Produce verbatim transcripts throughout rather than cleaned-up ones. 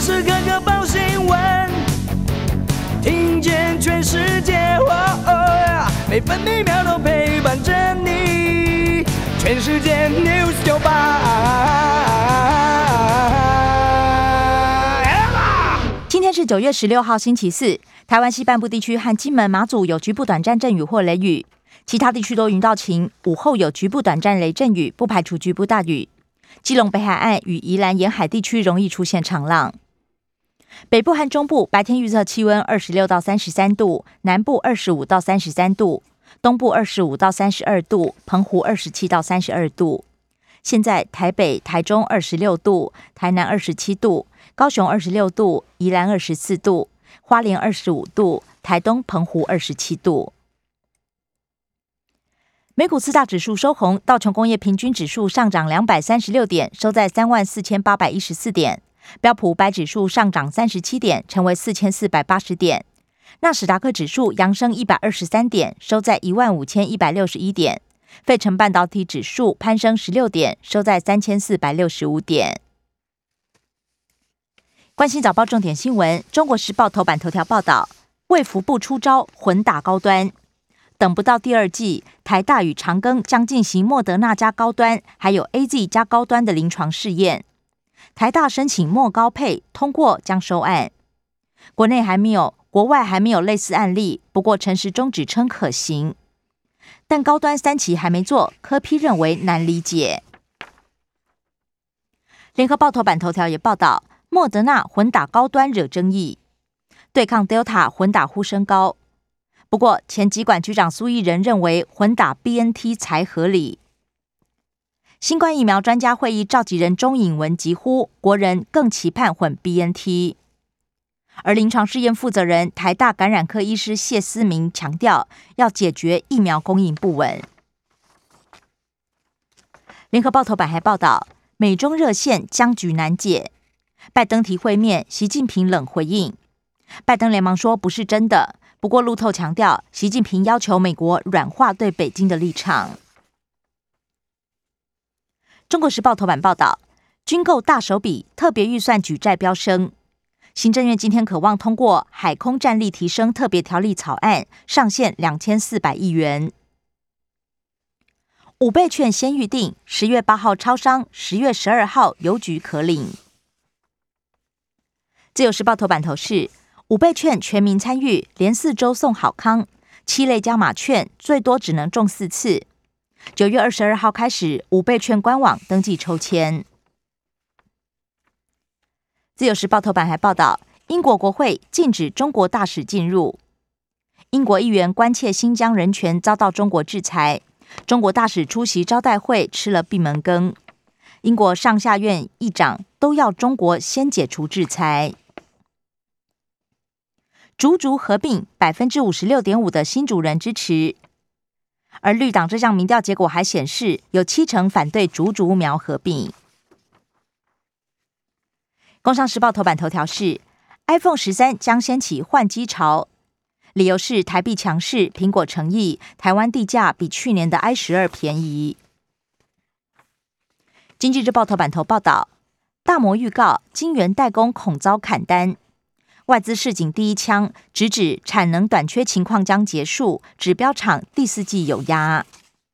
时刻刻报新闻，听见全世界，哦哦，每分每秒都陪伴着你。全世界 News 九八。 今天是九月十六号，星期四。台湾西半部地区和金门、马祖有局部短暂阵雨或雷雨，其他地区多云到晴，午后有局部短暂雷阵雨，不排除局部大雨。基隆北海岸与宜兰沿海地区容易出现长浪。北部和中部白天预测气温二十六到三十三度，南部二十五到三十三度，东部二十五到三十二度，澎湖二十七到三十二度。现在台北、台中二十六度，台南二十七度，高雄二十六度，宜兰二十四度，花莲二十五度，台东、澎湖二十七度。美股四大指数收红，道琼工业平均指数上涨两百三十六点，收在三万四千八百一十四点；标普五百指数上涨三十七点，成为四千四百八十点；纳史达克指数扬升一百二十三点，收在一万五千一百六十一点；费城半导体指数攀升十六点，收在三千四百六十五点。关心早报重点新闻，中国时报头版头条报道，卫福部出招，混打高端。等不到第二季，台大与长庚将进行莫德纳加高端，还有 A Z 加高端的临床试验。台大申请莫高配，通过将收案。国内还没有，国外还没有类似案例，不过陈时中指称可行。但高端三期还没做，柯 P 认为难理解。联合报头版头条也报道，莫德纳混打高端惹争议，对抗 Delta 混打呼声高。不过前疾管局长苏益仁认为混打 B N T 才合理。新冠疫苗专家会议召集人钟颖文疾呼，国人更期盼混 B N T。而临床试验负责人台大感染科医师谢思明强调，要解决疫苗供应不稳。联合报头版还报道，美中热线僵局难解，拜登提会面，习近平冷回应。拜登连忙说不是真的，不过路透强调，习近平要求美国软化对北京的立场。中国时报头版报道，军购大手笔，特别预算举债飙升。行政院今天可望通过海空战力提升特别条例草案，上限两千四百亿元。五倍券先预定，十月八号超商，十月十二号邮局可领。自由时报头版头是五倍券全民参与，连四周送好康，七类加码券最多只能中四次。九月二十二号开始，五倍券官网登记抽签。自由时报头版还报道，英国国会禁止中国大使进入。英国议员关切新疆人权遭到中国制裁，中国大使出席招待会吃了闭门羹。英国上下院议长都要中国先解除制裁。竹竹合并，百分之五十六点五的新竹人支持，而绿党这项民调结果还显示，有七成反对竹竹苗合并。工商时报头版头条是 iPhone 十三将掀起换机潮，理由是台币强势，苹果诚意，台湾地价比去年的 i 十二便宜。经济日报头版头报道，大摩预告晶圆代工恐遭砍单。外资市井第一枪，直指产能短缺情况将结束，指标厂第四季有压。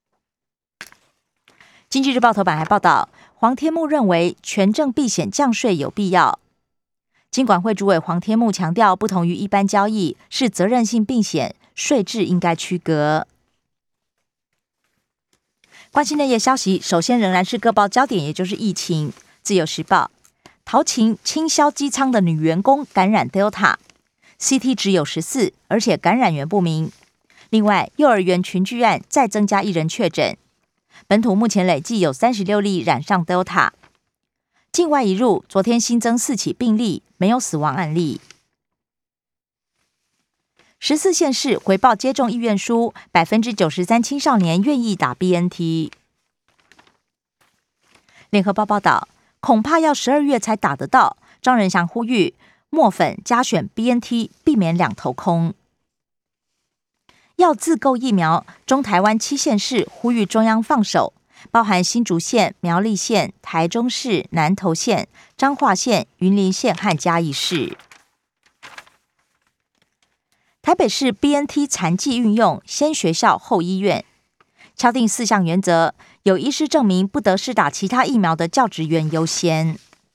经济日报头版还报道，黄天木认为权证避险降税有必要。金管会主委黄天木强调，不同于一般交易，是责任性避险，税制应该区隔。关心内页消息，首先仍然是各报焦点，也就是疫情。自由时报，陶勤倾销机舱的女员工感染 Delta，C T 值有十四，而且感染源不明。另外，幼儿园群聚案再增加一人确诊，本土目前累计有三十六例染上 Delta。境外移入，昨天新增四起病例，没有死亡案例。十四县市回报接种意愿书，百分之九十三青少年愿意打 B N T。联合报报道，恐怕要十二月才打得到。张仁祥呼吁墨粉加选 B N T， 避免两头空。要自购疫苗，中台湾七县市呼吁中央放手， 包含新竹县、苗栗县、台中市、南投县、彰化县、云林县和嘉义市。台北市 B N T 残疾运用先学校后医院，敲定四项原则，有医师证明不得施打其他疫苗的教职员优先。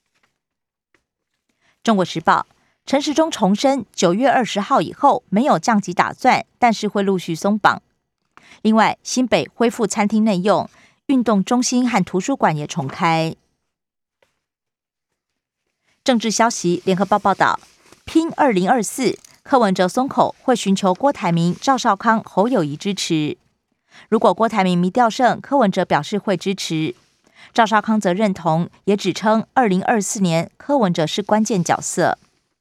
中国时报陈时中重申，九月二十号以后没有降级打算，但是会陆续松绑。另外，新北恢复餐厅内用，运动中心和图书馆也重开。政治消息，联合报报道，拼二零二四，柯文哲松口会寻求郭台铭、赵少康、侯友宜支持。如果郭台铭民调胜，柯文哲表示会支持。赵少康则认同，也指称二零二四年柯文哲是关键角色。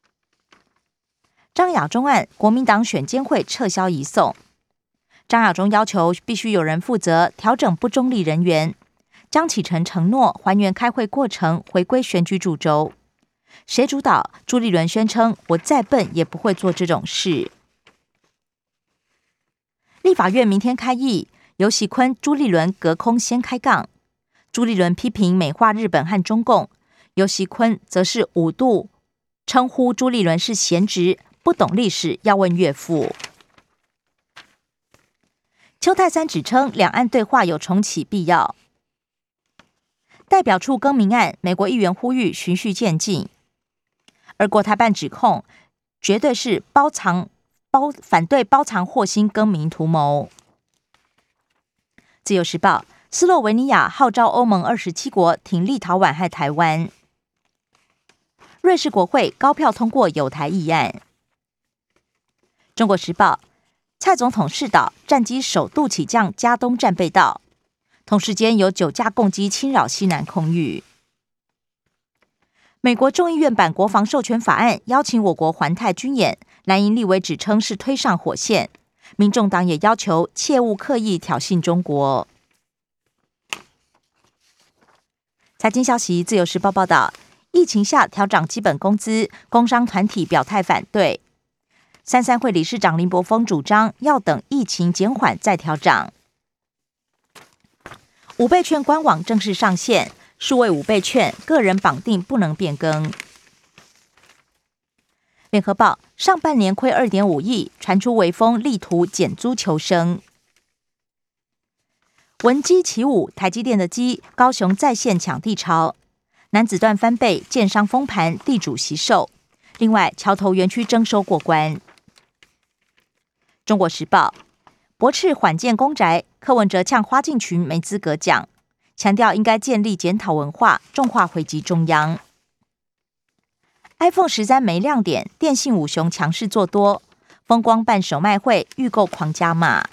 张亚中案，国民党选监会撤销移送。张亚中要求必须有人负责调整不中立人员。江启臣承诺还原开会过程，回归选举主轴。谁主导？朱立伦宣称，我再笨也不会做这种事。立法院明天开议，游锡堃、朱立伦隔空先开杠。朱立伦批评美化日本和中共，游锡堃则是五度称呼朱立伦是闲职，不懂历史，要问岳父。邱泰三指称两岸对话有重启必要。代表处更名案，美国议员呼吁循序渐进，而国台办指控绝对是包藏包反对包藏祸心更名图谋。自由时报，斯洛维尼亚号召欧盟二十七国挺立陶宛和台湾。瑞士国会高票通过友台议案。中国时报，蔡总统视导战机首度起降嘉东战备道，同时间有九架共机侵扰西南空域。美国众议院版国防授权法案邀请我国环太军演，蓝营立委指称是推上火线，民众党也要求切勿刻意挑衅中国。财经消息，自由时报报道，疫情下调涨基本工资，工商团体表态反对。三三会理事长林柏峰主张要等疫情减缓再调涨。五倍券官网正式上线，数位五倍券个人绑定不能变更。联合报，上半年亏 二点五亿，传出微风力图减租求生。闻鸡起舞，台积电的鸡，高雄再现抢地潮，男子段翻倍，建商封盘，地主惜售。另外，桥头园区征收过关。中国时报，驳斥缓建公宅，柯文哲呛花敬群没资格讲，强调应该建立检讨文化，重话回击中央。iPhone 十三没亮点，电信五雄强势做多，风光办首卖会，预购狂加码。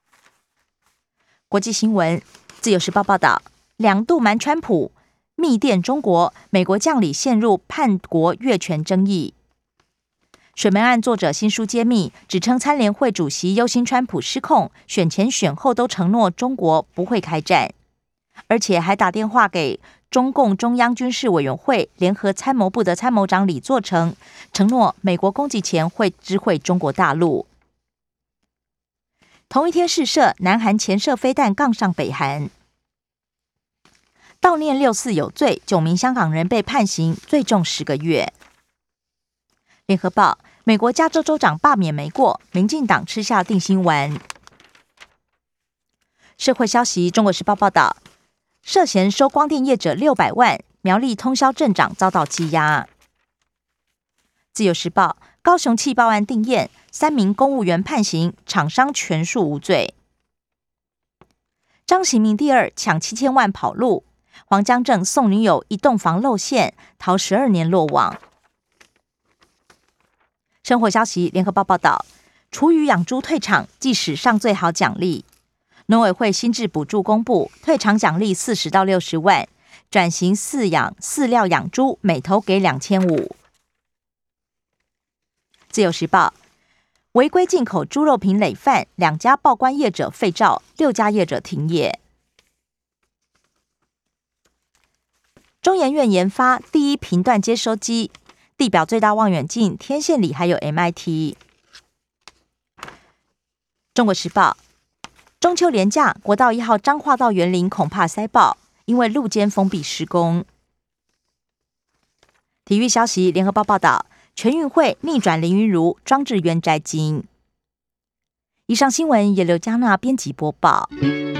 国际新闻，自由时报报道，两度瞒川普，密电中国，美国将领陷入叛国越权争议。水门案作者新书揭秘，指称参联会主席忧心川普失控，选前选后都承诺中国不会开战，而且还打电话给中共中央军事委员会联合参谋部的参谋长李作成，承诺美国攻击前会知会中国大陆。同一天试射，南韩潜射飞弹杠上北韩。悼念六四有罪，九名香港人被判刑，最重十个月。联合报，美国加州州长罢免没过，民进党吃下定心丸。社会消息，中国时报报道，涉嫌收光电业者六百万，苗栗通霄镇长遭到羁押。自由时报，高雄气爆案定验，三名公务员判刑，厂商全数无罪。张行明第二抢七千万跑路，黄江正送女友一栋房露馅，逃十二年落网。生活消息，联合报报道，厨余养猪退场，即史上最好奖励。农委会新制补助公布，退场奖励四十到六十万，转型饲养饲料养猪，每头给两千五。自由时报，违规进口猪肉品累犯，两家报关业者废照，六家业者停业。中研院研发第一频段接收机。地表最大望远镜，天线里还有 M I T。中国时报， 中秋连假，国道一号彰化到园林恐怕塞爆，因为路肩封闭施工。体育消息，联合报报道，全运会逆转林昀儒，庄智渊摘金。以上新闻由刘嘉娜编辑播报。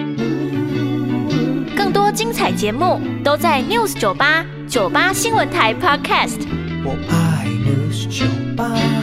更多精彩节目都在 News 九八九八新闻台 Podcast。 我爱 News 九八。